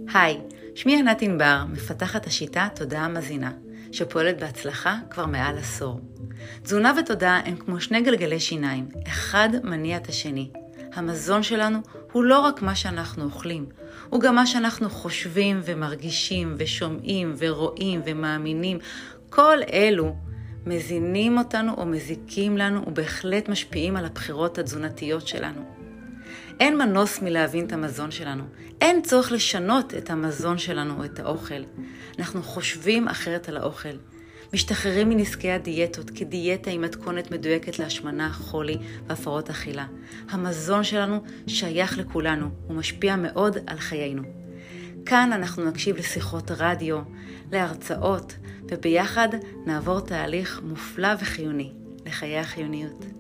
היי, שמי ענת ענבר, מפתחת השיטה תודעה מזינה, שפועלת בהצלחה כבר מעל עשור. תזונה ותודעה הם כמו שני גלגלי שיניים, אחד מניע את השני. המזון שלנו הוא לא רק מה שאנחנו אוכלים, הוא גם מה שאנחנו חושבים ומרגישים ושומעים ורואים ומאמינים. כל אלו מזינים אותנו או מזיקים לנו ובהחלט משפיעים על הבחירות התזונתיות שלנו. אין מנוס מלהבין את המזון שלנו. אין צורך לשנות את המזון שלנו או את האוכל. אנחנו חושבים אחרת על האוכל. משתחררים מנזקי הדיאטות, כי דיאטה היא מתכונת מדויקת להשמנה, חולי והפרעות אכילה. המזון שלנו שייך לכולנו, הוא משפיע מאוד על חיינו. כאן אנחנו נקשיב לשיחות רדיו, להרצאות, וביחד נעבור תהליך מופלא וחיוני לחיי החיוניות.